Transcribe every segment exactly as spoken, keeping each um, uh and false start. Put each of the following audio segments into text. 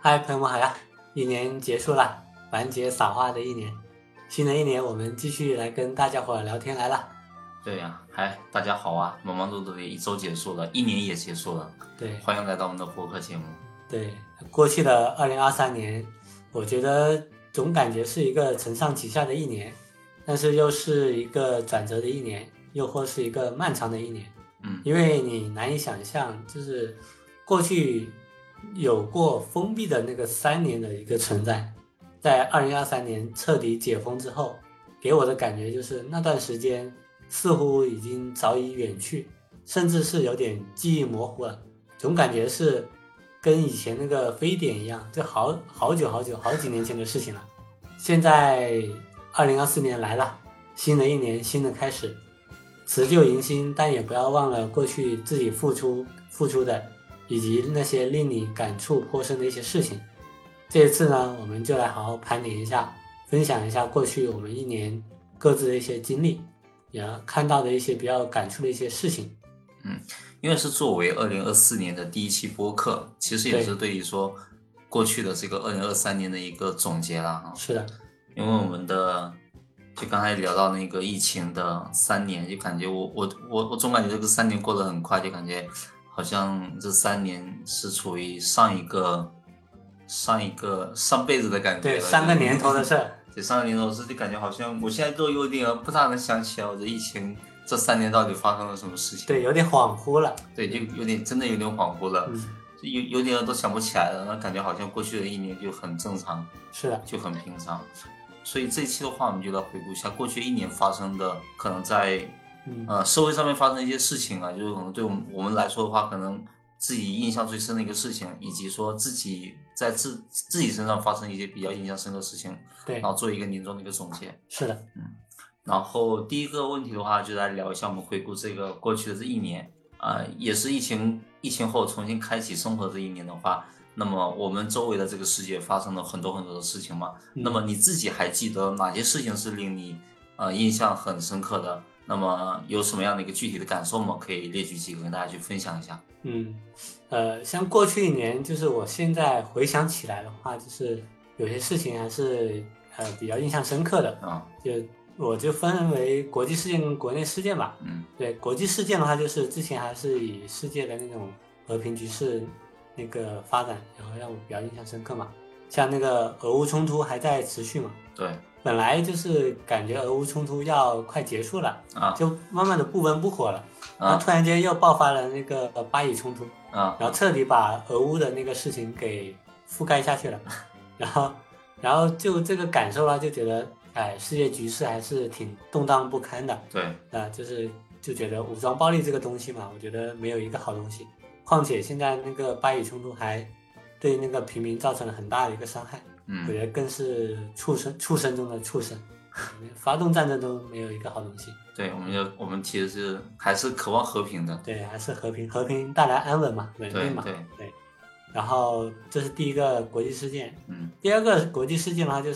嗨，朋友们好呀！一年结束了，完结撒花的一年，新的一年我们继续来跟大家伙聊天来了。 对呀、啊，嗨，大家好啊！忙忙碌碌的一周结束了，一年也结束了。 对， 欢迎来到我们的播客节目。 对，过去的二零二三年，我觉得总感觉是一个承上启下的一年，但是又是一个转折的一年，又或是一个漫长的一年。 嗯， 因为你难以想象，就是过去有过封闭的那个三年的一个存在，在二零二三年彻底解封之后，给我的感觉就是那段时间似乎已经早已远去，甚至是有点记忆模糊了，总感觉是跟以前那个非典一样，这好好久好久好几年前的事情了。现在二零二四年来了，新的一年，新的开始，辞旧迎新，但也不要忘了过去自己付出付出的，以及那些令你感触颇深的一些事情。这一次呢，我们就来好好盘点一下，分享一下过去我们一年各自的一些经历，也看到的一些比较感触的一些事情。 嗯，因为是作为二零二四年的第一期播客，其实也是对于说过去的这个二零二三年的一个总结了啊。 是的， 因为我们的就刚才聊到那个疫情的三年，就感觉我我我我总感觉这个三年过得很快，就感觉好像这三年是处于上一个上一个上辈子的感觉对， 了。 三个年头的事儿。 对，上个年头的事就感觉好像我现在都有点不大能想起来我这疫情这三年到底发生了什么事情。 对，有点恍惚了。 对，就有点真的有点恍惚了， 嗯， 有有点都想不起来了，那感觉好像过去的一年就很正常， 是的， 就很平常。所以这一期的话，我们就来回顾一下过去一年发生的，可能在嗯呃社会上面发生的一些事情啊，就是可能对我们我们来说的话，可能自己印象最深的一个事情，以及说自己在自自己身上发生一些比较印象深的事情， 对， 然后做一个年终的一个总结。 是的， 嗯，然后第一个问题的话，就来聊一下我们回顾这个过去的这一年啊、呃，也是疫情疫情后重新开启生活这一年的话，那么我们周围的这个世界发生了很多很多的事情嘛。 嗯、 那么你自己还记得哪些事情是令你呃印象很深刻的？那么有什么样的一个具体的感受吗？可以列举几个跟大家去分享一下。 嗯，呃，像过去一年，就是我现在回想起来的话，就是有些事情还是呃比较印象深刻的啊、 就我就分为国际事件跟国内事件吧。 嗯， 对，国际事件的话，就是之前还是以世界的那种和平局势那个发展，然后让我比较印象深刻嘛。像那个俄乌冲突还在持续嘛， 对， 本来就是感觉俄乌冲突要快结束了， 啊， 就慢慢的不温不火了，然啊后突然间又爆发了那个巴以冲突， 啊， 然后彻底把俄乌的那个事情给覆盖下去了，然后，然后就这个感受啦，就觉得，哎，世界局势还是挺动荡不堪的， 对， 啊，就是就觉得武装暴力这个东西嘛，我觉得没有一个好东西，况且现在那个巴以冲突还对那个平民造成了很大的一个伤害， 嗯， 我觉得更是畜生畜生中的畜生，发动战争都没有一个好东西。 对，我们就我们其实是还是渴望和平的。 对，还是和平，和平带来安稳嘛，稳定嘛。 对对。然后这是第一个国际事件。 嗯。 第二个国际事件的话，就是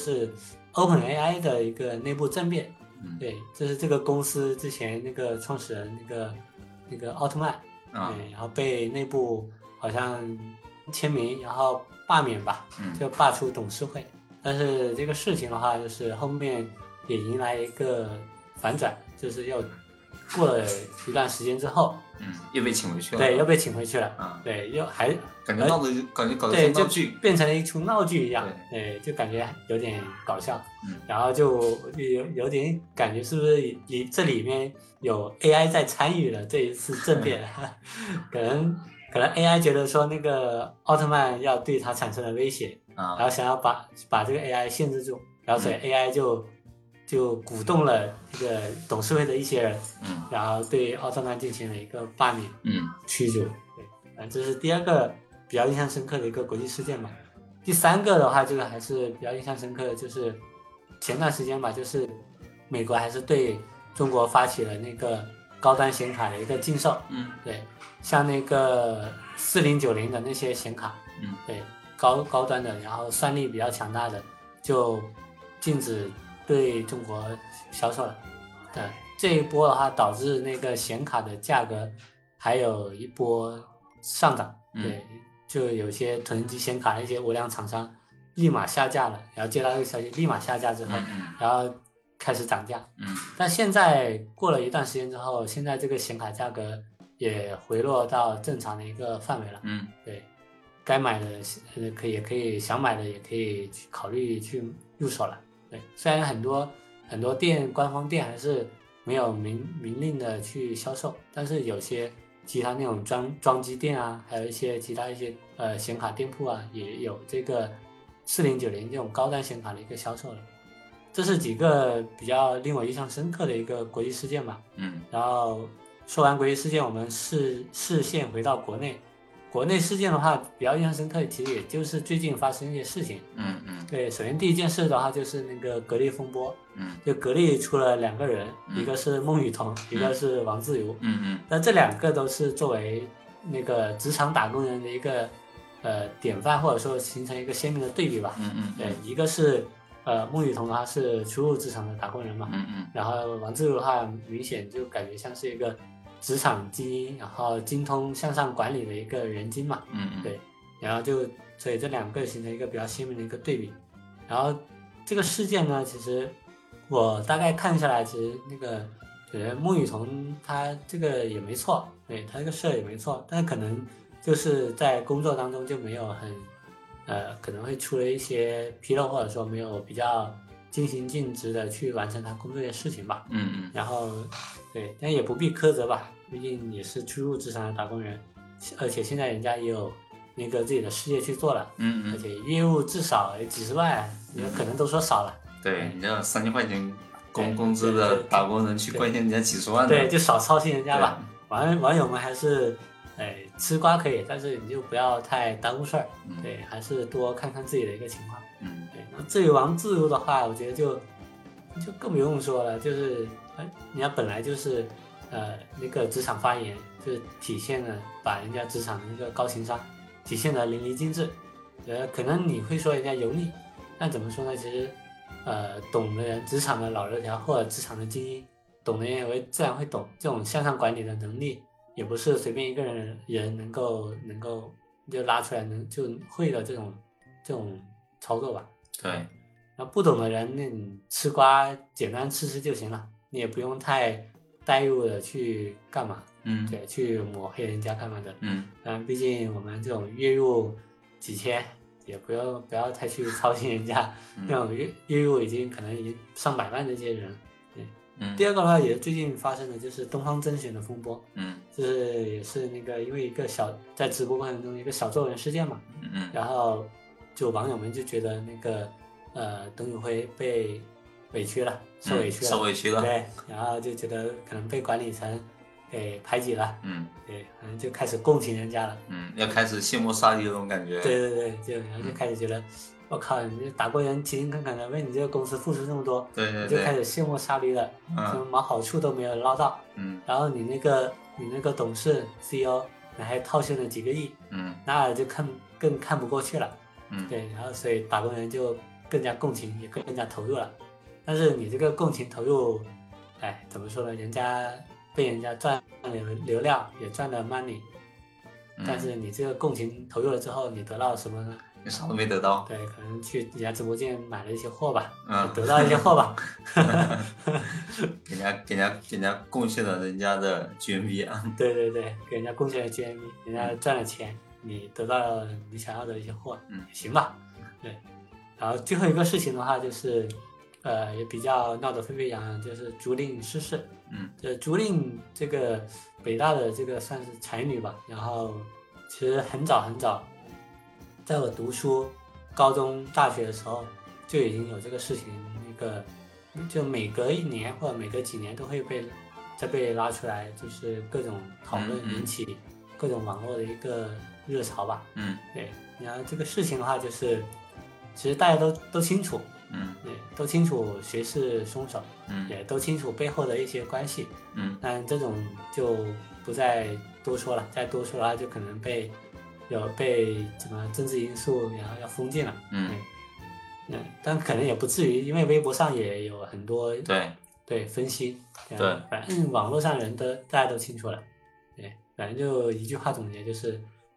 OpenAI 的一个内部政变。 嗯。 对，这是这个公司之前那个创始人那个那个奥特曼， 啊、 对，然后被内部好像签名，然后罢免吧， 嗯， 就罢出董事会。但是这个事情的话，就是后面也迎来一个反转，就是又过了一段时间之后， 嗯，又被请回去了。 对，又被请回去了。 啊， 对，又还感觉闹得感觉搞得对， 像闹剧， 变成了一出闹剧一样。 对， 对，就感觉有点搞笑。 嗯， 然后就有有点感觉是不是里这里面有 A I 在参与了这一次政变？可能可能 A I 觉得说那个奥特曼要对他产生了威胁， 啊， 然后想要把把这个 A I 限制住，然后所以 A I 就、嗯、就鼓动了这个董事会的一些人， 嗯， 然后对奥特曼进行了一个罢免， 嗯， 驱逐。对，啊，这是第二个比较印象深刻的一个国际事件嘛。第三个的话，这个还是比较印象深刻的，就是前段时间吧，就是美国还是对中国发起了那个高端显卡的一个禁售。 嗯， 对，像那个四零九零的那些显卡， 嗯， 对，高高端的，然后算力比较强大的，就禁止对中国销售了。对，这一波的话，导致那个显卡的价格还有一波上涨。对。 嗯就有些囤积显卡的一些无良厂商立马下架了，然后接到这个消息立马下架之后， 嗯嗯然后开始涨价。 嗯但现在过了一段时间之后，现在这个显卡价格也回落到正常的一个范围了。 嗯对，该买的呃可以也可以想买的也可以去考虑去入手了。对，虽然很多很多店官方店还是没有明明令的去销售，但是有些其他那种装装机店啊，还有一些其他一些呃显卡店铺啊，也有这个四零九零这种高端显卡的一个销售了。这是几个比较令我印象深刻的一个国际事件吧。 嗯然后说完国际事件，我们视视线回到国内。国内事件的话，比较印象深刻，其实也就是最近发生一些事情。 嗯嗯对，首先第一件事的话就是那个格力风波， 嗯就格力出了两个人， 嗯一个是孟羽童，一个是王自如。 嗯嗯那这两个都是作为那个职场打工人的一个呃典范，或者说形成一个鲜明的对比吧。 嗯嗯对，一个是呃孟羽童的话是初入职场的打工人嘛， 嗯嗯然后王自如的话明显就感觉像是一个职场精英，然后精通向上管理的一个人精嘛。 嗯嗯对，然后就所以这两个形成一个比较鲜明的一个对比。然后这个事件呢，其实我大概看下来，其实那个觉得孟羽童他这个也没错，对他这个事儿也没错，但是可能就是在工作当中就没有很呃可能会出了一些纰漏，或者说没有比较尽心尽职的去完成他工作的事情吧。 嗯嗯然后对，但也不必苛责吧，毕竟也是初入职场的打工人，而且现在人家也有那个自己的事业去做了， 嗯嗯， 而且月入至少也几十万，你可能都说少了。 对，你这三千块钱工对工资对对的打工人去对关心人家几十万对， 的， 就少操心人家吧。 对网网友们还是，哎，吃瓜可以，但是你就不要太耽误事儿。 嗯对，还是多看看自己的一个情况。 嗯对，然后至于王自如的话，我觉得就就更不用说了，就是哎，人家本来就是呃那个职场发言，就是体现了把人家职场的那个高情商体现的淋漓尽致。呃，可能你会说人家油腻，但怎么说呢？其实呃，懂的人，职场的老油条或者职场的精英，懂的人也会自然会懂。这种向上管理的能力，也不是随便一个人人能够能够就拉出来能就会的这种这种操作吧。 对， 那不懂的人，那你吃瓜简单吃吃就行了，你也不用太带入的去干嘛， 嗯对，去抹黑人家干嘛的。 嗯嗯，毕竟我们这种月入几千，也不要不要太去操心人家嗯那种月月入已经可能已经上百万的这些人。 嗯第二个的话，也是最近发生的就是东方甄选的风波， 嗯就是也是那个因为一个小在直播过程中一个小作文事件嘛， 嗯嗯然后就网友们就觉得那个呃董宇辉被委屈了，受委屈了， 受委屈了， 对，然后就觉得可能被管理层给排挤了， 嗯对，可能就开始共情人家了， 嗯，要开始卸磨杀敌的那种感觉， 对对对，就然后就开始觉得，我靠，你这打工人勤勤恳恳的为你这个公司付出这么多， 对对你就开对， 始卸磨杀驴了，什么嗯毛好处都没有捞到， 嗯然后你那个你那个董事 C E O 你还套现了几个亿， 嗯那就看更看不过去了。 嗯对，然后所以打工人就更加共情，也更加投入了。但是你这个共情投入，哎，怎么说呢？人家被人家赚了流量，也赚了 money，、 嗯， 但是你这个共情投入了之后，你得到什么呢？ 你啥都没得到， 对，可能去人家直播间买了一些货吧， 嗯得到一些货吧。 给人家给人家给人家贡献了人家的 G M V 啊， 对对对，给人家贡献了 G M V，人家赚了钱，你得到了你想要的一些货， 嗯行吧？对。然后最后一个事情的话，就是呃也比较闹得沸沸扬扬，就是朱令逝世。 嗯这朱令这个北大的这个算是才女吧，然后其实很早很早，在我读书高中、大学的时候就已经有这个事情，那个就每隔一年或者每隔几年都会被再被拉出来，就是各种讨论， 嗯嗯引起各种网络的一个热潮吧。 嗯对，然后这个事情的话，就是其实大家都都清楚， 嗯对，都清楚谁是凶手， 嗯也都清楚背后的一些关系， 嗯但这种就不再多说了，再多说的话就可能被有被什么政治因素，然后要封禁了。 嗯对嗯，但可能也不至于，因为微博上也有很多对对分析， 对反正网络上人都大家都清楚了，对，反正就一句话总结就是，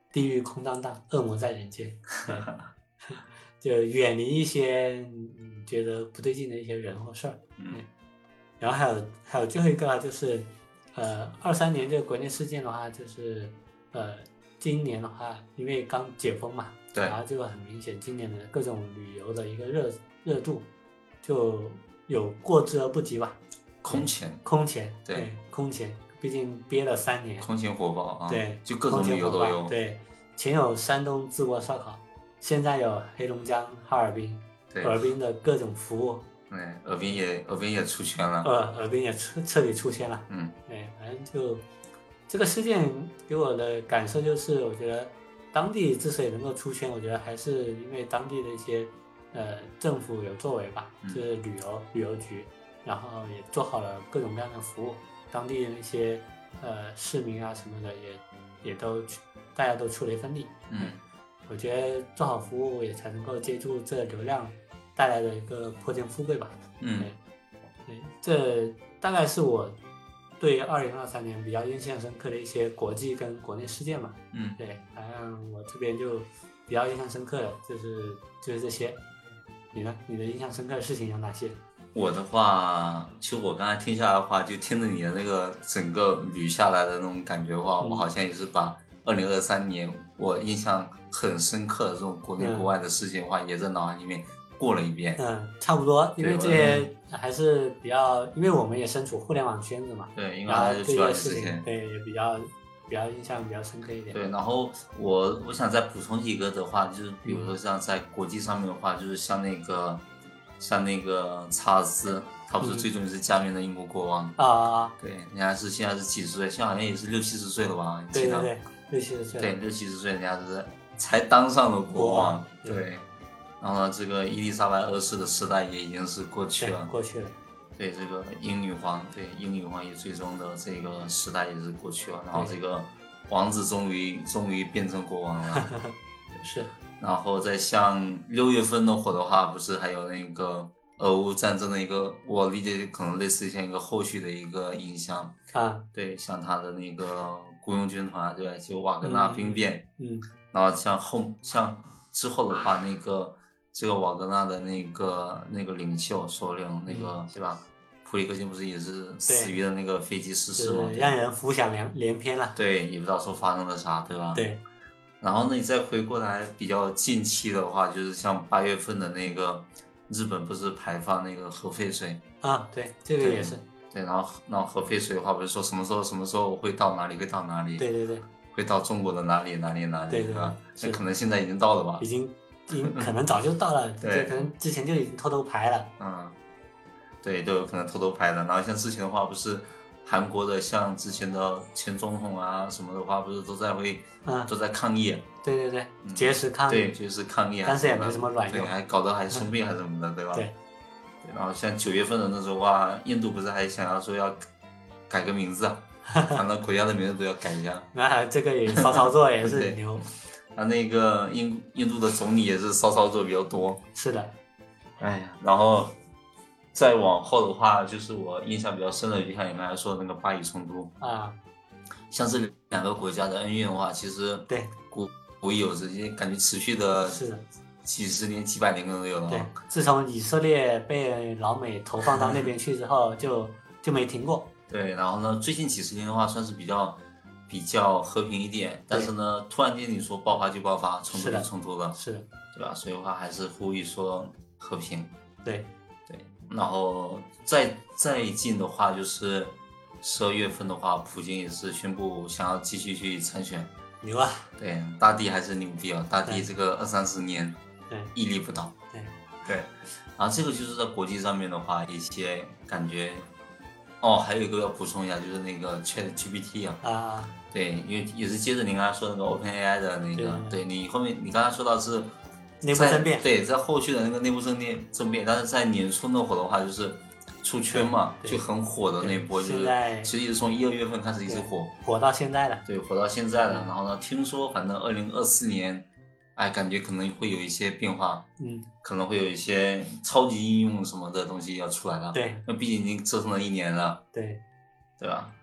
地狱空荡荡，恶魔在人间。就远离一些嗯觉得不对劲的一些人或事儿。 嗯， 然后还有还有最后一个就是，呃，二三年这个国内事件的话，就是呃，今年的话，因为刚解封嘛， 对， 然后就很明显，今年的各种旅游的一个热热度就有过之而不及吧。 空前， 空前， 对， 对空前，毕竟憋了三年， 空前火爆啊， 对， 就各种旅游都有， 对，前有山东淄博烧烤，现在有黑龙江哈尔滨， 对， 尔滨的各种服务， 对，尔滨也尔滨也出圈了， 呃，尔滨也彻彻底出圈了， 嗯， 对，反正就这个事件给我的感受就是，我觉得当地之所以能够出圈，我觉得还是因为当地的一些呃政府有作为吧， 嗯、 就是旅游旅游局。然后也做好了各种各样的服务，当地的那些呃市民啊什么的也也都大家都出了一份力。 嗯， 我觉得做好服务也才能够接住这流量带来的一个破天富贵吧。 嗯， 对，对，这大概是我对二零二三年比较印象深刻的一些国际跟国内事件吧。 嗯， 对，反正我这边就比较印象深刻的就是就是这些。你呢？你的印象深刻的事情有哪些？ 我的话，其实我刚才听下来的话，就听着你的那个整个捋下来的那种感觉的话， 嗯、 我好像也是把二零二三年我印象很深刻的这种国内国外的事情的话，嗯、也在脑海里面过了一遍。 嗯，差不多，因为这些还是比较，因为我们也身处互联网圈子嘛。 对，应该还是需要事情，对，也比较比较印象比较深刻一点。 对，然后我我想再补充几个的话，就是比如说像在国际上面的话，就是像那个。像那个查尔斯，他不是最终也是加冕的英国国王啊、嗯？ 对，人家是现在是几十岁，现在好像也是六七十岁了吧？ 对对对，六七十岁。 对，六七十岁，人家是才当上了国王。对，对然后呢，这个伊丽莎白二世的时代也已经是过去了， 过去了。 对，这个英女皇，对英女皇也最终的这个时代也是过去了，然后这个王子终于终于变成国王了。 是。 然后再像六月份的火的话，不是还有那个俄乌战争的一个，我理解可能类似像一个后续的一个影响啊。 对，像他的那个雇佣军团，对吧？就瓦格纳兵变， 嗯。 然后像后像之后的话，那个这个瓦格纳的那个那个领袖首领那个、嗯、对吧？普里戈金不是也是死于了那个飞机失事嘛？ 让人浮想联连篇了。 对，也不知道说发生了啥，对吧？ 对。 然后呢，你再回过来比较近期的话，就是像八月份的那个日本不是排放那个核废水啊？对，这个也是。 对，然后然后核废水的话，不是说什么时候什么时候会到哪里会到哪里？ 对对对， 会到中国的哪里哪里哪里？ 对对吧？那可能现在已经到了吧？ 已经，已经可能早就到了， 对， 可能之前就已经偷偷排了。 嗯，对，都有可能偷偷排的。然后像之前的话，不是。韩国的像之前的前总统啊什么的话，不是都在会， 嗯， 都在抗议。 对对对，绝食抗议。 对，绝食抗议啊。 但是也没什么卵用。 对，还搞得还生病还是什么的，对吧？ 对。 然后像九月份的那时候话，印度不是还想要说要改个名字啊，反正国家的名字都要改一下。 那这个也骚操作也是牛。 啊，那个印印度的总理也是骚操作比较多。 是的。 哎呀，然后。再往后的话，就是我印象比较深的，就像你刚才说的那个巴以冲突啊， 像这两个国家的恩怨的话，其实对古古已有之，感觉持续的是的， 几十年、几百年可能都有了。 对，自从以色列被老美投放到那边去之后，就就没停过。 对，然后呢，最近几十年的话，算是比较比较和平一点，但是呢，突然间你说爆发就爆发，冲突就冲突了， 是的， 对吧？所以的话，还是呼吁说和平。 对。 然后再再近的话，就是十二月份的话，普京也是宣布想要继续去参选。 牛啊！ 对，大帝还是牛逼啊！大帝这个二三十年， 对， 屹立不倒。 对对。然后这个就是在国际上面的话，一些感觉。哦，还有一个要补充一下，就是那个 Chat G P T 啊。 啊。 对，因为也是接着您刚才说的那个 Open A I 的那个，对, 对你后面你刚才说到是。 内部政变， 对，在后续的那个内部政变政变，但是在年初那会儿的话，就是出圈嘛，就很火的那波，就是其实也是从一二月份开始一直火， 火到现在了。 对，火到现在了。然后呢，听说反正二零二四年，哎，感觉可能会有一些变化， 嗯， 可能会有一些超级应用什么的东西要出来了。 对， 那毕竟已经折腾了一年了， 对， 对吧？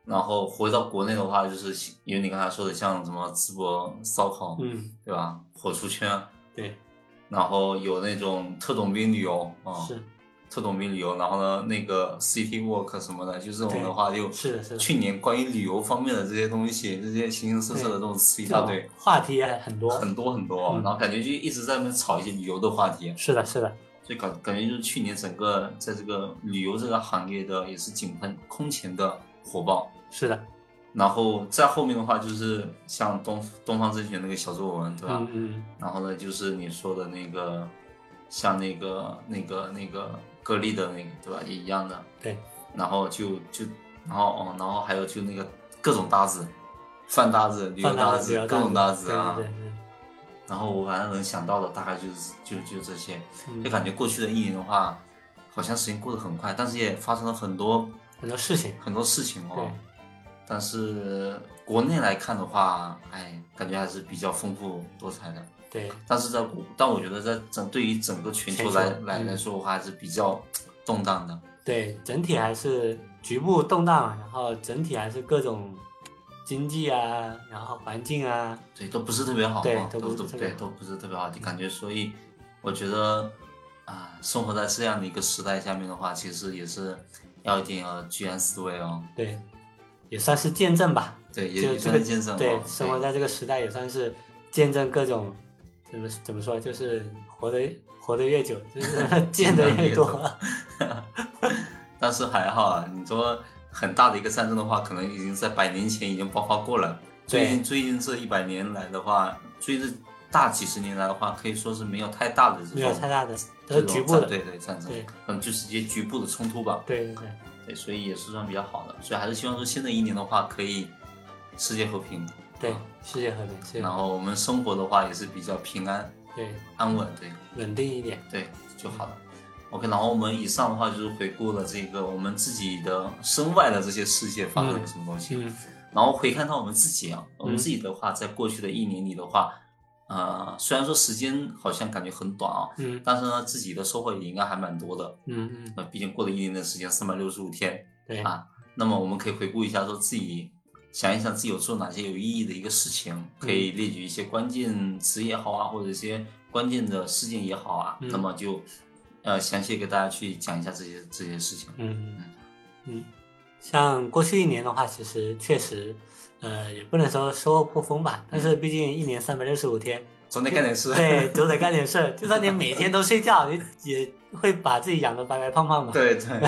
然后回到国内的话，就是有你刚才说的，像什么淄博烧烤， 嗯， 对吧？火出圈， 对， 然后有那种特种兵旅游啊。 是。 特种兵旅游，然后呢，那个 City Walk 什么的，就这种的话，就是的，是的。 去年关于旅游方面的这些东西，这些形形色色的这种词一大堆， 话题很多很多很多，嗯、然后感觉就一直在那边炒一些旅游的话题。 是的，是的。 所以感感觉就是去年整个在这个旅游这个行业的也是井喷空前的火爆。 是的。 然后再后面的话就是像东东方甄选那个小作文，对吧？ 嗯嗯。 然后呢，就是你说的那个，像那个那个那个。格力的那个对吧，也一样的。 对。 然后就就然后哦，然后还有就那个各种搭子，饭搭子、旅游搭子、各种搭子啊。 对对对。 然后我反正能想到的大概就是就就这些， 嗯、 就感觉过去的一年的话，好像时间过得很快，但是也发生了很多很多事情， 很多事情哦。但是国内来看的话，哎，感觉还是比较丰富多彩的。 对， 但是在但我觉得在整对于整个全球来来来说的话，还是比较动荡的。 对，整体还是局部动荡，然后整体还是各种经济啊，然后环境啊， 对，都不是特别好， 对， 都不是对，都不是特别好，就感觉，所以我觉得啊，生活在这样的一个时代下面的话，其实也是要一点呃居安思危哦。 对，也算是见证吧。 对，也算是见证。 对，生活在这个时代也算是见证各种。怎么怎么说？就是活得活得越久，就是见得越多。 但是还好啊，你说很大的一个战争的话，可能已经在百年前已经爆发过了。最近最近这一百年来的话，最近大几十年来的话，可以说是没有太大的这种没有太大的，都是局部的。 对对，战争， 对， 嗯，就是一些局部的冲突吧。 对对对。 对，所以也是算比较好的，所以还是希望说新的一年的话，可以世界和平。 对，世界和平。 然后我们生活的话也是比较平安， 对， 安稳，对， 稳定一点， 对就好了。OK， 然后我们以上的话就是回顾了这个我们自己的身外的这些世界发生了什么东西， 嗯嗯、 然后回看到我们自己啊，我们自己的话，在过去的一年里的话，呃，虽然说时间好像感觉很短啊， 嗯， 但是呢，自己的收获也应该还蛮多的， 嗯嗯， 那毕竟过了一年的时间，三百六十五天， 对啊，那么我们可以回顾一下，说自己。想一想自己有做哪些有意义的一个事情，可以列举一些关键词也好啊，或者一些关键的事件也好啊， 嗯、 那么就呃详细给大家去讲一下这些这些事情。 嗯嗯嗯，像过去一年的话，其实确实，呃，也不能说收获颇丰吧，但是毕竟一年三百六十五天， 总得干点事。 对，总得干点事。就算你每天都睡觉，你也会把自己养得白白胖胖嘛。 对对。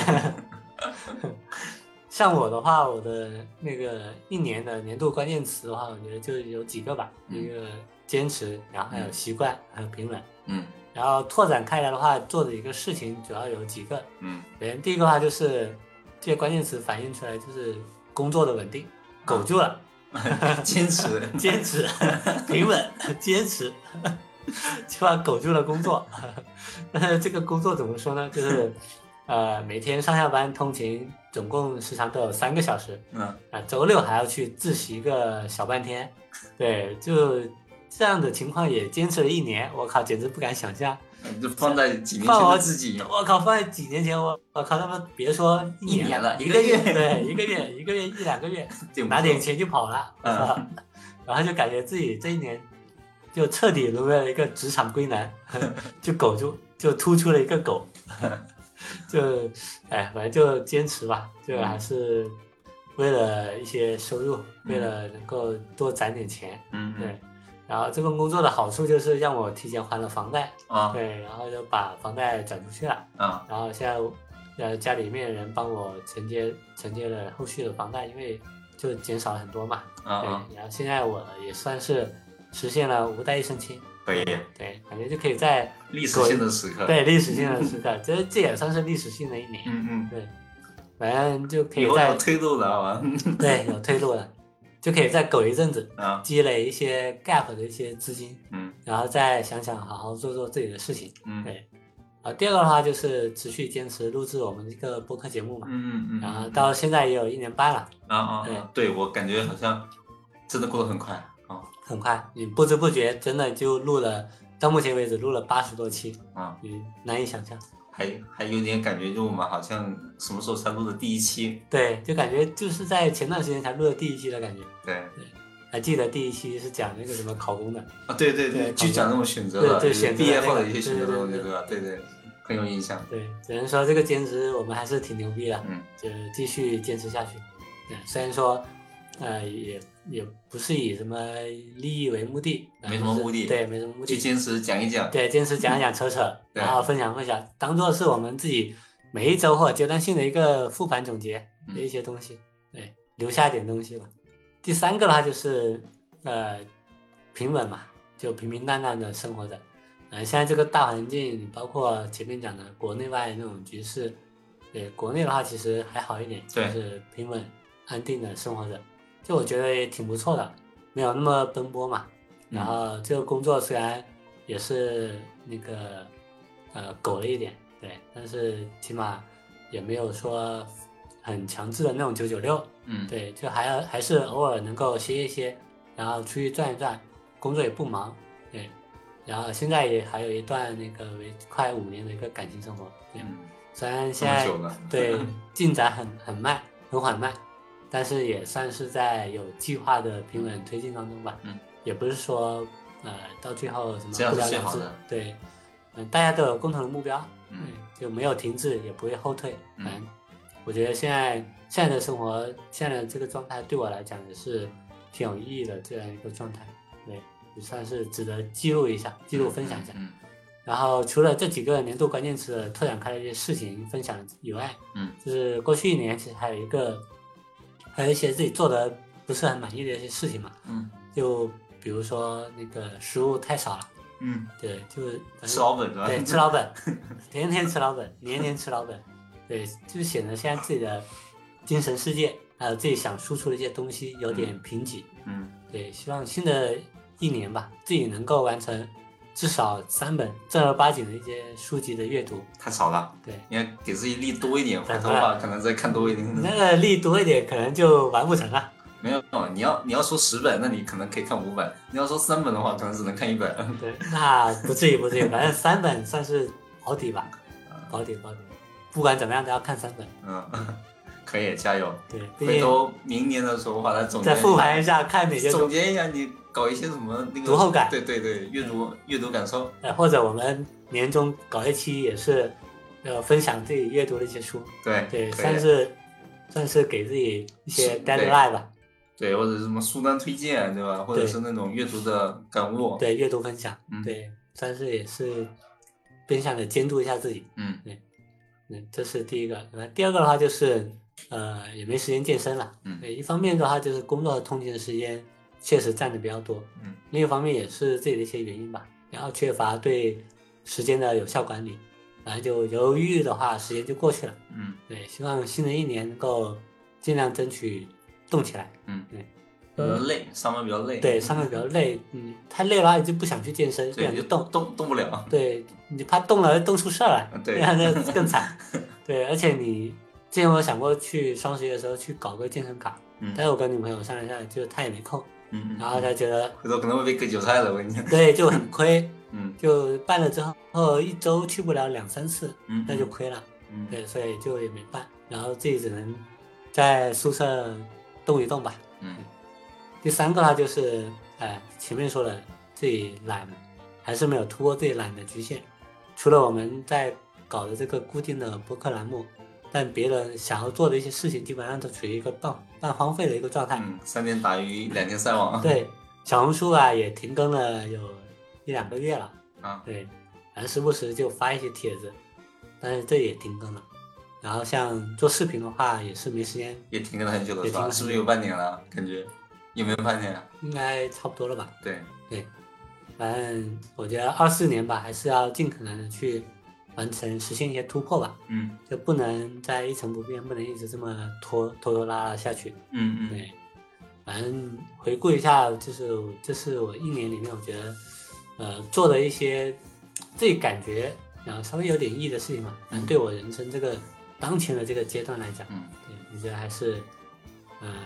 像我的话，我的那个一年的年度关键词的话，我觉得就有几个吧，嗯、一个坚持，然后还有习惯，嗯、还有平稳， 嗯， 然后拓展开来的话，做的一个事情主要有几个， 嗯， 首先第一个的话就是这些关键词反映出来就是工作的稳定，苟住了， 啊、坚持， 坚持，平稳，坚持，起码苟住了工作。但是这个工作怎么说呢？就是呃每天上下班通勤。总共时长都有三个小时， 嗯啊，周六还要去自习个小半天，对，就这样的情况也坚持了一年，我靠，简直不敢想象。 就放在几年前的自己， 我靠，放在几年前，我我靠，他们别说一年了， 一个月，对，一个月，一个月一两个月，拿点钱就跑了，嗯，然后就感觉自己这一年就彻底沦为了一个职场龟男，就苟住，就突出了一个苟。就哎，反正就坚持吧，就还是为了一些收入，嗯、为了能够多攒点钱， 嗯， 对。然后这份工作的好处就是让我提前还了房贷， 啊， 对，然后就把房贷转出去了， 啊， 然后现在呃家里面人帮我承接承接了后续的房贷，因为就减少了很多嘛， 啊， 对。然后现在我也算是实现了五代一身轻。 可以， 对，感觉就可以在历史性的时刻， 对历史性的时刻，这这也算是历史性的一年， 嗯嗯， 对，反正就可以在有退路了啊， 对，有退路了，就可以再苟一阵子， 啊， 积累一些 gap 的一些资金， 嗯， 然后再想想好好做做自己的事情， 嗯， 对，啊，第二个的话就是持续坚持录制我们这个播客节目嘛， 嗯嗯嗯， 然后到现在也有一年半了， 啊啊，对，对我感觉好像真的过得很快啊， 很快，你不知不觉真的就录了。到目前为止录了八十多期啊， 你难以想象。 还还有点感觉，就我们好像什么时候才录的第一期？ 对，就感觉就是在前段时间才录的第一期的感觉。 对对，还记得第一期是讲那个什么考公的啊，对对对， 就讲那种选择的， 对对选择毕业后的那个的一些选择的东西， 对对对对吧？对对，很有印象。 对，只能说这个兼职我们还是挺牛逼的， 嗯， 就继续坚持下去。对，虽然说，呃，也也不是以什么利益为目的， 没什么目的， 对，没什么目的， 就坚持讲一讲， 对，坚持讲一讲扯扯， 对然后分享分享，当做是我们自己每一周或者阶段性的一个复盘总结的一些东西，对，留下一点东西吧。第三个的话就是呃平稳嘛，就平平淡淡的生活着。呃，现在这个大环境，包括前面讲的国内外那种局势，对，国内的话其实还好一点，就对是平稳安定的生活着，就我觉得也挺不错的，没有那么奔波嘛。然后这个工作虽然也是那个呃苟了一点，对，但是起码也没有说很强制的那种九九六， 嗯， 对，就还要还是偶尔能够歇一歇，然后出去转一转，工作也不忙，对，然后现在也还有一段那个为快五年的一个感情生活，对， 嗯， 虽然现在对进展很很慢很缓慢，但是也算是在有计划的平稳推进当中吧， 嗯。 也不是说呃到最后什么这样不了了之，对，嗯，大家都有共同的目标， 嗯， 就没有停滞，也不会后退。 嗯， 嗯，我觉得现在现在的生活，现在的这个状态对我来讲也是挺有意义的这样一个状态，对，也算是值得记录一下，记录分享一下。 嗯，嗯然后除了这几个年度关键词拓展开的一些事情分享以外， 嗯， 就是过去一年其实还有一个，还有一些自己做的不是很满意的一些事情嘛， 嗯， 就比如说那个食物太少了， 嗯， 对，就是吃老本是吧？ 对，吃老本，天天吃老本，年年吃老本，对，就显得现在自己的精神世界还有自己想输出的一些东西有点贫瘠， 嗯， 对，希望新的一年吧，自己能够完成至少三本正儿八经的一些书籍的阅读。 太少了， 对， 你要给自己立多一点，回头的话可能再看多一点。 那个立多一点，可能就完不成了。 没有，你要你要说十本，那你可能可以看五本；你要说三本的话，可能只能看一本。 对，那不至于不至于，反正三本算是保底吧，保底保底。不管怎么样都要看三本。 嗯，可以加油。 对， 回头明年的时候把它总结， 再复盘一下，看哪些总结一下，你搞一些什么那个读后感。 对对对，阅读阅读感受。 呃，或者我们年终搞一期也是，呃，分享自己阅读的一些书。 对对，算是算是给自己一些 deadline 吧。 对，或者是什么书单推荐，对吧？或者是那种阅读的感悟。 对，阅读分享， 嗯、 对，算是也是变相的监督一下自己。 嗯， 对，嗯，这是第一个。那第二个的话就是，呃，也没时间健身了。 嗯， 对，一方面的话就是工作和通勤的时间确实占的比较多。 嗯， 另一方面也是自己的一些原因吧，然后缺乏对时间的有效管理，然后就犹犹豫豫的话，时间就过去了。 嗯， 对，希望新的一年能够尽量争取动起来。 嗯， 对， 比较累，上班比较累。 对，上班比较累，嗯，太累的话你就不想去健身，不想去动， 动动不了。 对，你怕动了动出事儿来， 对， 那更惨。对，而且你之前我想过去双十一的时候去搞个健身卡， 嗯， 但是我跟女朋友商量下来，就是她也没空， 嗯， 然后她觉得回头可能会被割韭菜了，我跟你讲。 对，就很亏， 嗯， 就办了之后一周去不了两三次， 嗯， 那就亏了， 嗯， 对，所以就也没办，然后自己只能在宿舍动一动吧。 嗯， 第三个呢就是，哎，前面说的自己懒，还是没有突破自己懒的局限。除了我们在搞的这个固定的播客栏目，但别人想要做的一些事情，基本上都处于一个半半荒废的一个状态。 嗯，三天打鱼两天晒网。 对，小红书啊也停更了有一两个月了。 啊， 对，反正时不时就发一些帖子，但是这也停更了。然后像做视频的话，也是没时间。 也停更了很久了，是吧？是不是有半年了？感觉有没有半年啊？ 应该差不多了吧？ 对对，反正我觉得二四年吧，还是要尽可能的去完成实现一些突破吧。 嗯， 就不能再一成不变，不能一直这么拖拖拖拉拉下去。 嗯嗯， 对，反正回顾一下，就是这是我一年里面我觉得呃做的一些自己感觉然后稍微有点意义的事情嘛。嗯，对我人生这个当前的这个阶段来讲， 嗯， 对，我觉得还是呃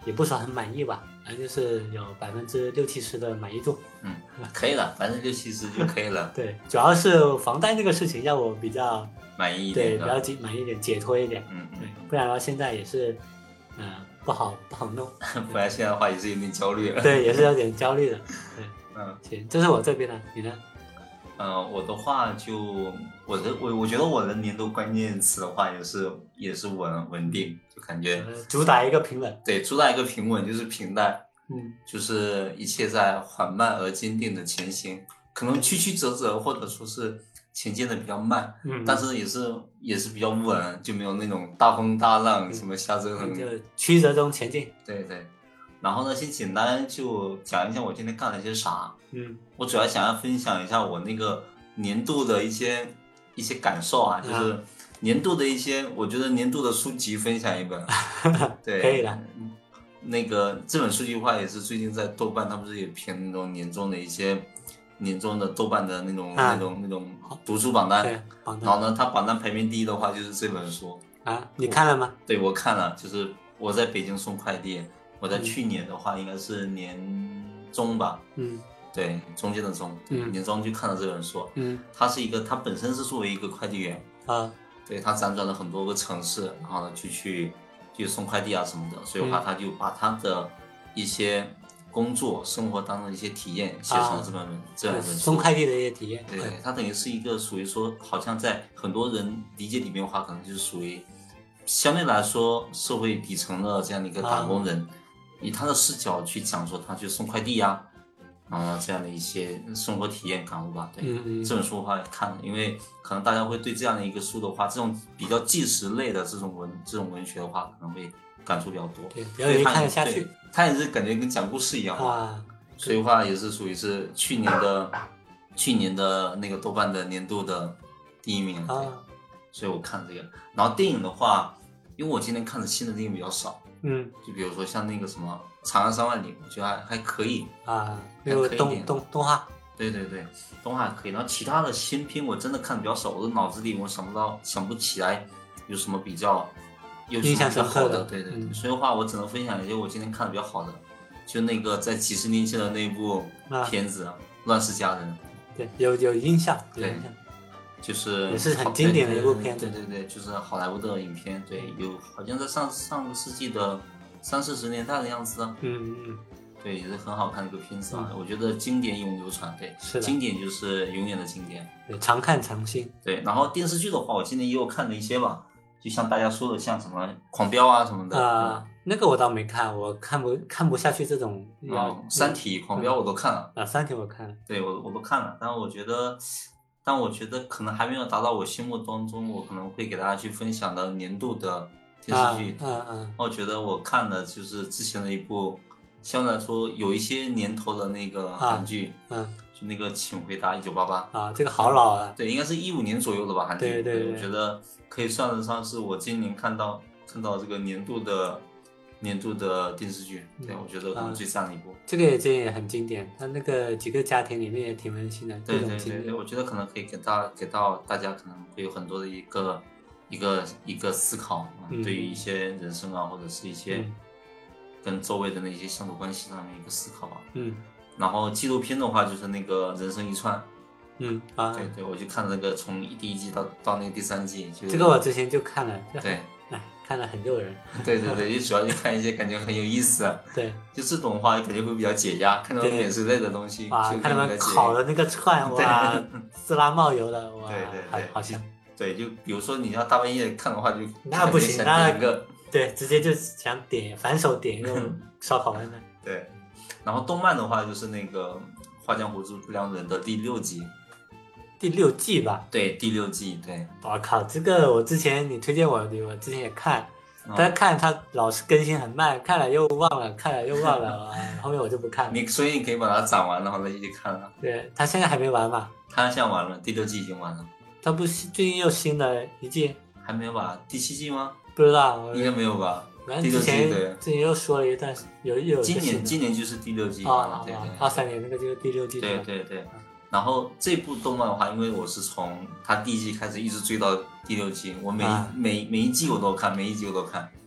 也不说很满意吧，反正就是有百分之六七十的满意度。 嗯，可以了，反正六七十就可以了。 对，主要是房贷这个事情让我比较满意一对， 点， 比较解满意一点，解脱一点。 嗯嗯， 对，不然的话现在也是，嗯、呃，不好不好弄。 不然现在的话也是有点焦虑了。 对，也是有点焦虑的。对， 嗯， 行，这是我这边的，你呢？ 呃，我的话就我的我我觉得我的年度关键词的话也是也是稳稳定，就感觉呃主打一个平稳。 对，主打一个平稳，就是平淡， 嗯， 就是一切在缓慢而坚定的前行，可能曲曲折折或者说是前进的比较慢， 嗯， 但是也是也是比较稳，就没有那种大风大浪什么瞎折腾， 就曲折中前进。 对对。然后呢，先简单就讲一下我今天干了些啥。 嗯， 我主要想要分享一下我那个年度的一些一些感受啊，就是年度的一些，我觉得年度的书籍分享一本。对， 可以的。 那个这本书籍的话，也是最近在豆瓣，它不是也评那种年终的一些年终的豆瓣的那种、 啊、 那种那种读书榜单。 对，榜单。 然后呢，它榜单排名第一的话就是这本书。 啊，你看了吗？ 对，我看了，就是我在北京送快递。我在去年的话，应该是年中吧， 嗯， 对，中间的中，嗯，年中就看了这本书， 嗯， 他是一个，他本身是作为一个快递员啊， 对，他辗转了很多个城市，然后呢就去去送快递啊什么的，所以的话他就把他的一些工作生活当中的一些体验写成了这本、啊、这两本书， 送快递的一些体验， 对，他等于是一个属于说，好像在很多人理解里面的话，可能就是属于相对来说社会底层的这样的一个打工人。啊，以他的视角去讲说他去送快递呀、啊，然后这样的一些生活体验感悟吧。对， 嗯嗯， 这本书的话也看了，因为可能大家会对这样的一个书的话，这种比较纪实类的这种文这种文学的话，可能会感触比较多， 对，比较容易看得下去。 他也是感觉跟讲故事一样啊， 所以的话也是属于是去年的去年的那个豆瓣的年度的第一名啊。所以我看这个，然后电影的话，因为我今天看的新的电影比较少。嗯，就比如说像那个什么《长安三万里》，我觉得还还可以啊，还可以动动动画， 对对对，动画还可以。然后其他的新片我真的看的比较少，我的脑子里我想不到想不起来有什么比较有什么比较好的，对对对。嗯、所以的话，我只能分享一些我今天看的比较好的，就那个在几十年前的那一部片子《啊、乱世佳人》， 对，有有印象，有印象。 就是也是很经典的一部片子，对对对，就是好莱坞的影片，对，有好像在上上个世纪的三四十年代的样子啊， 嗯嗯， 对，也是很好看的一个片子啊，嗯、我觉得经典永流传，对， 是的， 经典就是永远的经典， 对，常看常新， 对，然后电视剧的话，我今年也有看了一些吧，就像大家说的，像什么《狂飙》啊什么的， 啊、嗯，那个我倒没看，我看不看不下去这种， 哦，《三体》《狂飙》我都看了， 啊，《三体》我看了， 对我我都看了，但是我觉得。但我觉得可能还没有达到我心目当中，我可能会给大家去分享的年度的电视剧。 嗯嗯。 我觉得我看的就是之前的一部，相对来说有一些年头的那个韩剧， 嗯，嗯就那个《请回答一九八八》 啊，这个好老啊。 对，应该是一五年左右的吧，韩剧。 对对对。 我觉得可以算得上是我今年看到看到这个年度的。年度的电视剧，对、嗯、我觉得可能最赞的一部、 啊，这个也这也很经典，它那个几个家庭里面也挺温馨的， 对对对对，我觉得可能可以给大给到大家可能会有很多的一个一个一个思考、嗯，对于一些人生啊，或者是一些跟周围的那些相处关系上面一个思考吧。嗯，然后纪录片的话就是那个人生一串。 嗯啊， 对对，我就看那个从第一季到到那个第三季，就这个我之前就看了， 对， 哎，看了很诱人。 对对对，就主要就看一些感觉很有意思、啊， 对， 就这种的话感觉会比较解压，看到美食类的东西， 哇，看他们烤的那个串，哇，滋啦冒油的，哇， 对对对， 好香。 对，就比如说你要大半夜看的话，就那不行，那个对，直接就想点反手点一个烧烤外卖。 对，然后动漫的话就是那个《花江湖之不良人》的第六集。 第六季吧， 对，第六季，对。 我靠，这个我之前你推荐我，我之前也看，但看它老是更新很慢，看了又忘了，看了又忘了，后面我就不看了。 你所以你可以把它攒完，然后再一起看了。 对，它现在还没完吧？ 它现在完了，第六季已经完了。 它不是最近又新的一季？ 还没有吧？第七季吗？ 不知道， 应该没有吧？ 反正之前之前又说了一段，有有今年今年就是第六季啊， 对对， 二三年那个就是第六季。 对对对。然后这部动漫的话，因为我是从它第一季开始一直追到第六季，我每、啊、每每一季我都看，每一集我都看。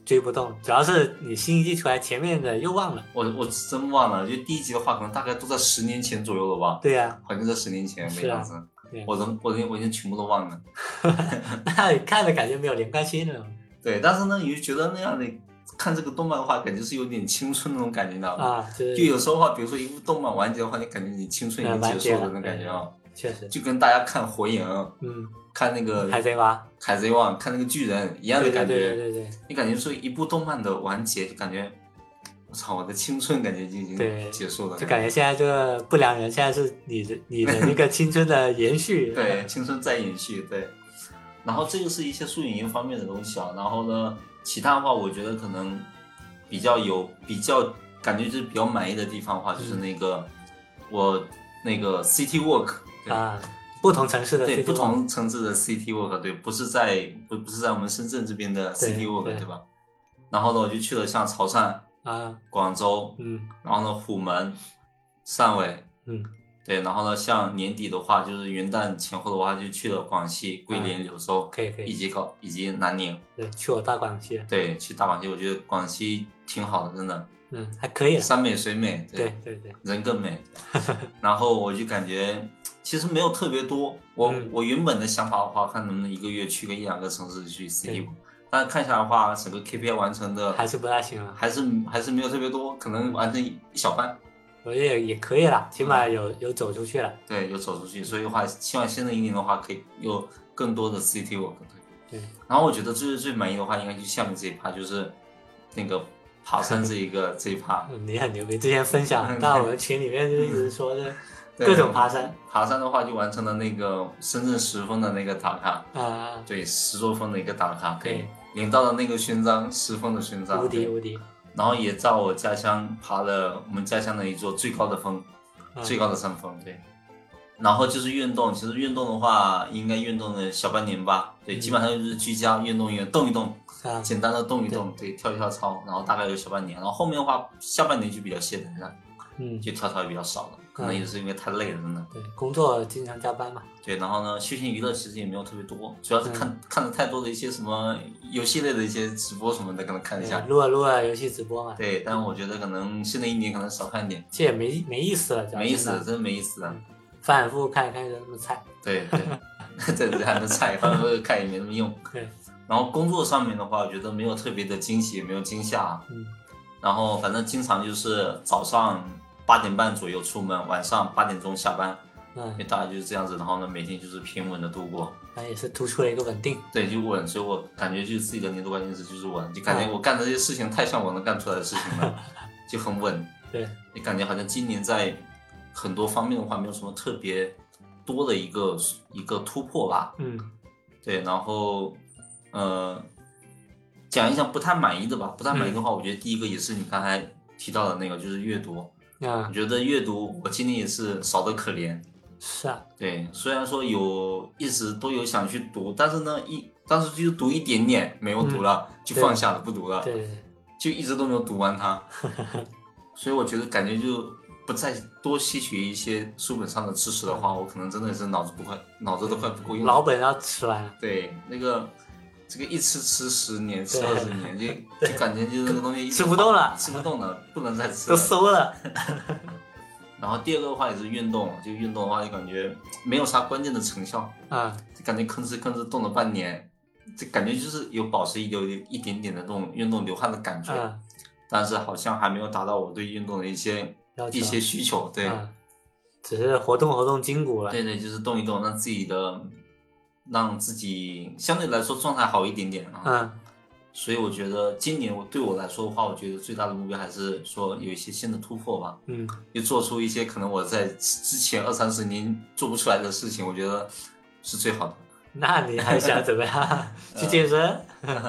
追不动，主要是你新一季出来，前面的又忘了。 我我真忘了，就第一集的话，可能大概都在十年前左右了吧？ 对呀、啊， 好像在十年前的样子。 啊、 我都我我已经全部都忘了。 那你看着感觉没有连贯性了。 对，但是呢，你就觉得那样的看这个动漫的话，感觉是有点青春那种感觉，你知道吗？ 啊，就有时候的话，比如说一部动漫完结的话，你感觉你青春已经结束了那种感觉啊。 确实， 就跟大家看火影， 嗯， 看那个海贼王， 海贼王，看那个巨人一样的感觉。 对对对对对， 你感觉说一部动漫的完结，就感觉我操，我的青春感觉就已经结束了， 就感觉现在这个不良人现在是你的你的那个青春的延续。 对，青春在延续。对，然后这个是一些素影音方面的东西啊，然后呢，其他的话，我觉得可能比较有比较感觉就是比较满意的地方的话，就是那个、嗯、我那个 City Walk。 啊，不同城市的 City Walk， 对，不同城市的 City Walk， 对，不是在不不是在我们深圳这边的 City Walk， 对, 对吧？然后呢，我就去了像潮汕啊、 广州， 嗯， 然后呢，虎门、汕尾， 嗯， 对，然后呢，像年底的话，就是元旦前后的话，就去了广西桂林、柳州， 可以可以， 以及高以及南宁。 对，去我大广西。 对，去大广西，我觉得广西挺好的，真的。 嗯，还可以。 山美水美， 对对 对, 对， 人更美。然后我就感觉其实没有特别多。我、嗯、我原本的想法的话，看能不能一个月去个一两个城市去 City， 但是看下来的话，整个 K P I 完成的还是不大行了， 还是还是没有特别多，可能完成一小半。 我觉得也可以了，起码有、嗯、有走出去了。 对，有走出去，所以的话，希望新的一年的话，可以有更多的 City Walk。 对。 然后我觉得最最满意的话，应该就下面这一趴，就是那个爬山这一个这一趴。 你很牛逼，之前分享到我们群里面就一直说的各种爬山。 爬山的话，就完成了那个深圳十峰的那个打卡。 啊。对， 十座峰的一个打卡，可以领到了那个勋章，十峰的勋章。 无敌无敌。 然后也在我家乡爬了我们家乡的一座最高的峰，嗯、最高的山峰。对。然后就是运动，其实运动的话，应该运动了小半年吧。对，嗯、基本上就是居家运动员动一动，啊、简单的动一动，对，对，跳一跳操，然后大概有小半年。然后后面的话，下半年就比较懈怠了，嗯，就跳操也比较少了，可能也是因为太累了，真的。 对，工作经常加班嘛。 对，然后呢，休闲娱乐其实也没有特别多，主要是看、嗯、看了太多的一些什么游戏类的一些直播什么的，可能看一下。 录啊录啊，游戏直播嘛。 对，但我觉得可能新的一年可能少看一点。 这也没没意思了， 没意思了，真没意思了。嗯， 反复看一看就那么菜。 对对，对对，还是菜，反复看也没那么用。 对。 然后工作上面的话，我觉得没有特别的惊喜，也没有惊吓。 嗯。 然后反正经常就是早上八点半左右出门，晚上八点钟下班。嗯。大概就是这样子，然后呢，每天就是平稳的度过。 那也是突出了一个稳定。 对，就稳，所以我感觉就是自己的年度关键词就是稳，就感觉我干的这些事情太像我能干出来的事情了，就很稳。 对。 你感觉好像今年在很多方面的话没有什么特别多的一个一个突破吧。 嗯。 对，然后呃，讲一讲不太满意的吧。不太满意的话， 嗯、 我觉得第一个也是你刚才提到的那个，就是阅读。 啊。 我觉得阅读我今年也是少得可怜。 是啊。 对，虽然说有一直都有想去读，但是呢一当时就读一点点没有读了，嗯、就放下了不读了。 对。 就一直都没有读完它。所以我觉得感觉就不再多吸取一些书本上的知识的话，我可能真的是脑子不快，脑子都快不够用。 老本要吃完。 对，那个这个一吃吃十年，吃二十年，就就感觉就是那个东西吃不动了， 吃不动了，不能再吃了，都馊了。 然后第二个的话也是运动，就运动的话就感觉没有啥关键的成效啊， 就感觉吭哧吭哧动了半年，就感觉就是有保持有一点点的这种运动流汗的感觉， 啊、 但是好像还没有达到我对运动的一些一些需求，对、 啊，只是活动活动筋骨了。 对对，就是动一动，让自己的让自己相对来说状态好一点点啊。 嗯。 所以我觉得今年我对我来说的话，我觉得最大的目标还是说有一些新的突破吧。 嗯， 就做出一些可能我在之前二三十年做不出来的事情，我觉得是最好的。 那你还想怎么样？去健身？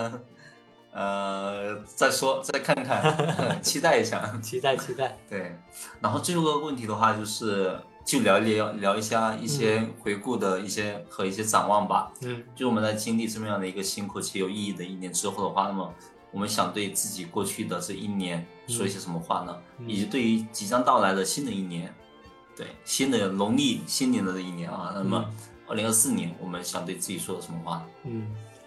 呃，再说，再看看，期待一下。 期待期待。 对，然后最后一个问题的话，就是就聊一聊聊一下一些回顾的一些、嗯、和一些展望吧。 嗯， 就我们在经历这么样的一个辛苦且有意义的一年之后的话，那么我们想对自己过去的这一年说一些什么话呢？嗯、以及对于即将到来的新的一年，对新的农历新年的这一年啊，那么二零二四年我们想对自己说的什么话呢？ 嗯，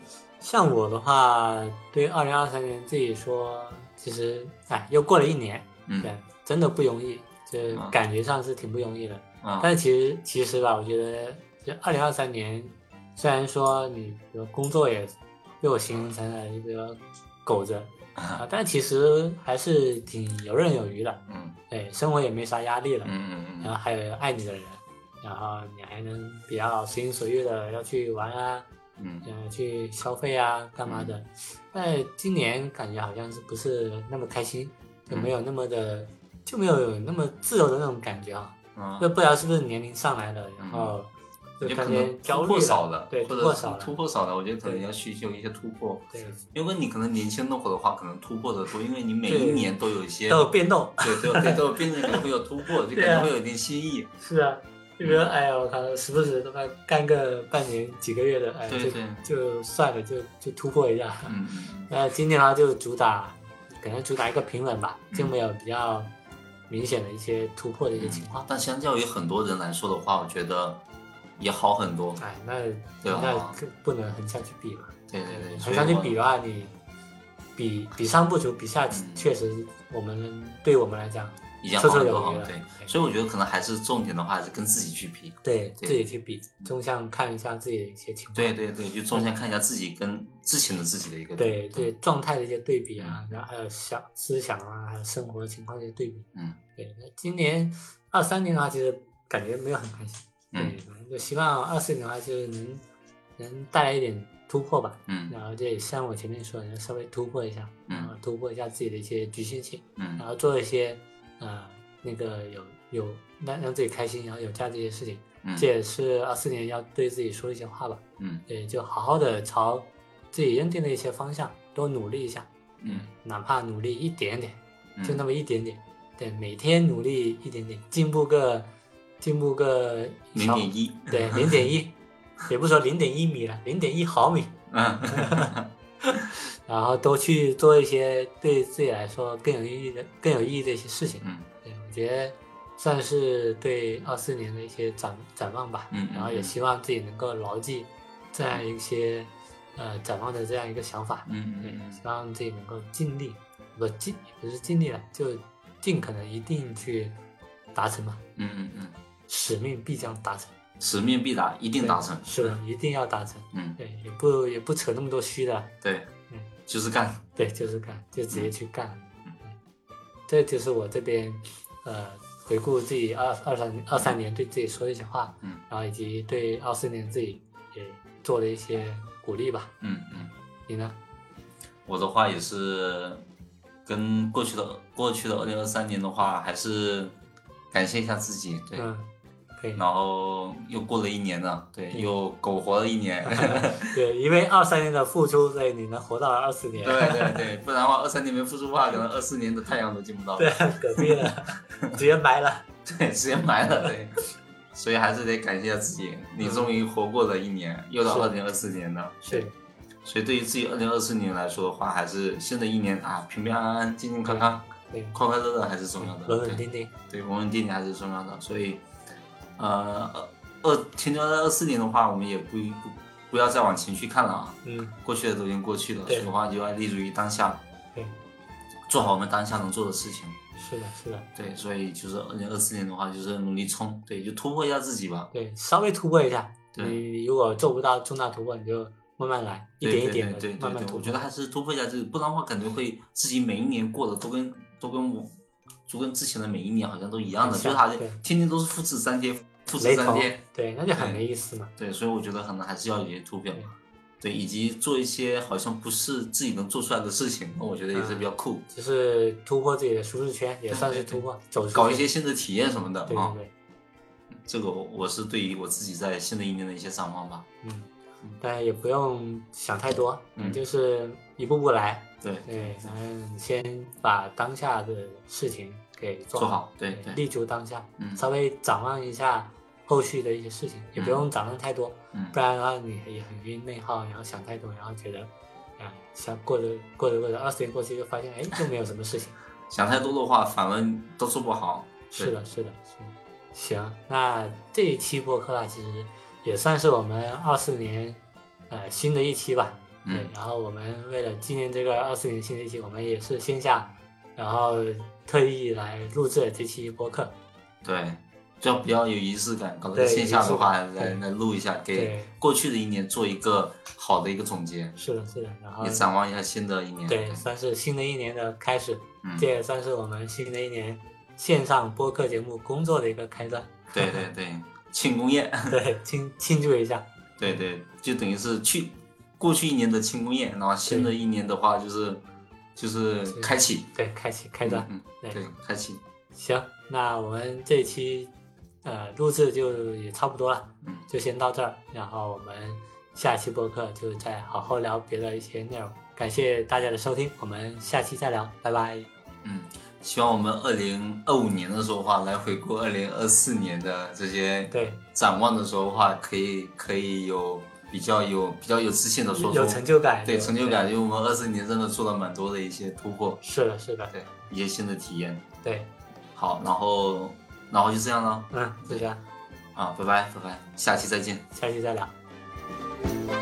像我的话，对二零二三年自己说，其实哎，又过了一年， 嗯， 对，真的不容易，就嗯感觉上是挺不容易的。 嗯但是其实其实吧，我觉得就二零二三年，虽然说你比如工作也被我形容成了一个苟着啊，但其实还是挺游刃有余的。 嗯对，生活也没啥压力了， 嗯嗯嗯然后还有爱你的人，然后你还能比较随心所欲的要去玩啊， 嗯嗯，去消费啊，干嘛的？但今年感觉好像是不是那么开心，就没有那么的，就没有那么自由的那种感觉啊。 嗯， 就不知道是不是年龄上来了，然后就感觉也可能焦虑突破少了， 了， 对， 或者是突破少了， 突破少了，我觉得可能对要需求一些突破。 对， 因为你可能年轻那会儿的话，可能突破的多，因为你每一对年都有一些都有变动， 对，都有对都有变动，可能会有突破，就对啊感觉会有一点新意。 是啊。就比如，哎呀，我靠，时不时他妈干个半年、几个月的，哎，就对对就算了，就就突破一下。 嗯嗯那今年的话就主打，可能主打一个平稳吧， 嗯就没有比较明显的一些突破的一些嗯情况。 但相较于很多人来说的话，我觉得也好很多。 哎，那对吧那更不能横向去比嘛。 对对对，所横向去以我比的话，你比比上不足，比下嗯确实我们对我们来讲已经绰好很多哈。 绰有余了。 对，所以我觉得可能还是重点的话，还是跟自己去比。对对自己去比，纵向看一下自己的一些情况。 对对对，就纵向看一下自己跟之前的自己的一个对比。 对状态的一些对比啊，然后还有想思想啊，还有生活情况的一些对比。 嗯对，那今年二三年的话，其实感觉没有很开心。 嗯对，反正就希望二四年的话，就是能能带来一点突破吧。 嗯然后就也像我前面说的，稍微突破一下， 嗯然后突破一下自己的一些局限性， 嗯然后做一些呃那个有有让让自己开心，然后有价值的一些事情。 嗯这也是二四年要对自己说的一些话吧。 嗯对，就好好的朝自己认定的一些方向多努力一下， 嗯哪怕努力一点点， 嗯就那么一点点。对，每天努力一点点，进步个进步个小零点一。 对，零点一，也不说零点一米了，零点一毫米。 嗯然后多去做一些对自己来说更有意义的、更有意义的一些事情。 嗯对，我觉得算是对二四年的一些展展望吧。 嗯嗯然后也嗯希望自己能够牢记这样一些呃展望的这样一个想法。对， 嗯嗯希望自己能够尽力，不尽不是尽力了，就尽可能一定去达成嘛。 嗯嗯嗯， 使命必将达成， 使命必达，一定达成。 是的，一定要达成。 嗯， 对，也不也不扯那么多虚的。 对， 嗯， 就是干。 对，就是干，就直接去干。 嗯嗯，这就是我这边呃回顾自己二二三二三年对自己说的一些话， 嗯， 然后以及对二四年自己也做了一些鼓励吧。 嗯嗯， 你呢？ 我的话也是跟过去的过去的二零二三年的话，还是感谢一下自己。对。 嗯，可以。 然后又过了一年了，对， 嗯又苟活了一年。 对，因为二三年的付出，所以你能活到二四年。 对对对，不然的话，二三年没付出的话，可能二四年的太阳都见不到。 对，嗝屁了，直接埋了。 对，直接埋了。对，所以还是得感谢一下自己，你终于活过了一年，又到是二零二四年了。 是， 所以对于自己二零二四年来说的话，还是新的一年啊，平平安安、健健康康、 对， 快快乐乐还是重要的。 稳稳定定。 对，稳稳定定还是重要的。所以，呃，二停留在二四年的话，我们也不不不要再往前去看了啊。 嗯， 过去的都已经过去了，所对以的话就要立足于当下， 对， 做好我们当下能做的事情。 是的，是的， 对，所以就是二零二四年的话，就是努力冲，对，就突破一下自己吧。 对，稍微突破一下。 对你如果做不到重大突破，你就慢慢来，一对点一点的对对对对对， 慢慢突破。 我觉得还是突破一下自己，不然的话感觉会自己每一年过的都跟都跟我就跟之前的每一年好像都一样的， 很像就是好像对天天都是复制粘贴，复制雷同粘贴。， 对，那就很对没意思嘛。 对，所以我觉得可能还是要有一些突破对， 对，以及做一些好像不是自己能做出来的事情，那我觉得也是比较酷， 就是突破自己的舒适圈，也对对对算是突破，走出去搞一些新的体验什么的对啊对。对， 这个我我是对于我自己在新的一年的一些展望吧。 嗯，但也不用想太多， 嗯就是一步步来。 对， 对，咱们先把当下的事情给做做好对对立足当下， 嗯稍微展望一下后续的一些事情，也不用展望太多， 嗯不然的话你也很容易内耗，然后想太多，然后觉得，啊，想过着过着过着，二十年过去就发现，哎，又没有什么事情。 想太多的话，反而都做不好。对是的，是的，是的。行，那这一期播客啊，其实也算是我们二四年呃新的一期吧。 对，然后我们为了纪念这个二四年新的一期，我们也是线下，然后特意来录制了这期播客。 对，这样比较有仪式感，搞得线下的话来来录一下，给过去的一年做一个好的一个总结。 是的，是的，然后也展望一下新的一年。 对，算是新的一年的开始， 嗯， 这也算是我们新的一年线上播客节目工作的一个开端。 对对对，庆功宴。 对，庆庆祝一下。 对对，就等于是去过去一年的庆功宴，然后新的一年的话就是就是开启。 对，开启开端。 嗯，对，对，开启。 行，那我们这一期呃录制就也差不多了， 嗯， 就先到这儿，然后我们下期播客就再好好聊别的一些内容。感谢大家的收听，我们下期再聊，拜拜。 嗯，希望我们二零二五年的时候的话，来回顾二零二四年的这些对展望的时候的话，可以可以有比较有比较有自信的说出有成就感， 对成就感，因为我们二四年真的做了蛮多的一些突破。 是的，是的， 对一些新的体验。 对， 好，然后然后就这样了。 嗯，就这样。 啊，拜拜拜拜，下期再见， 下期再聊。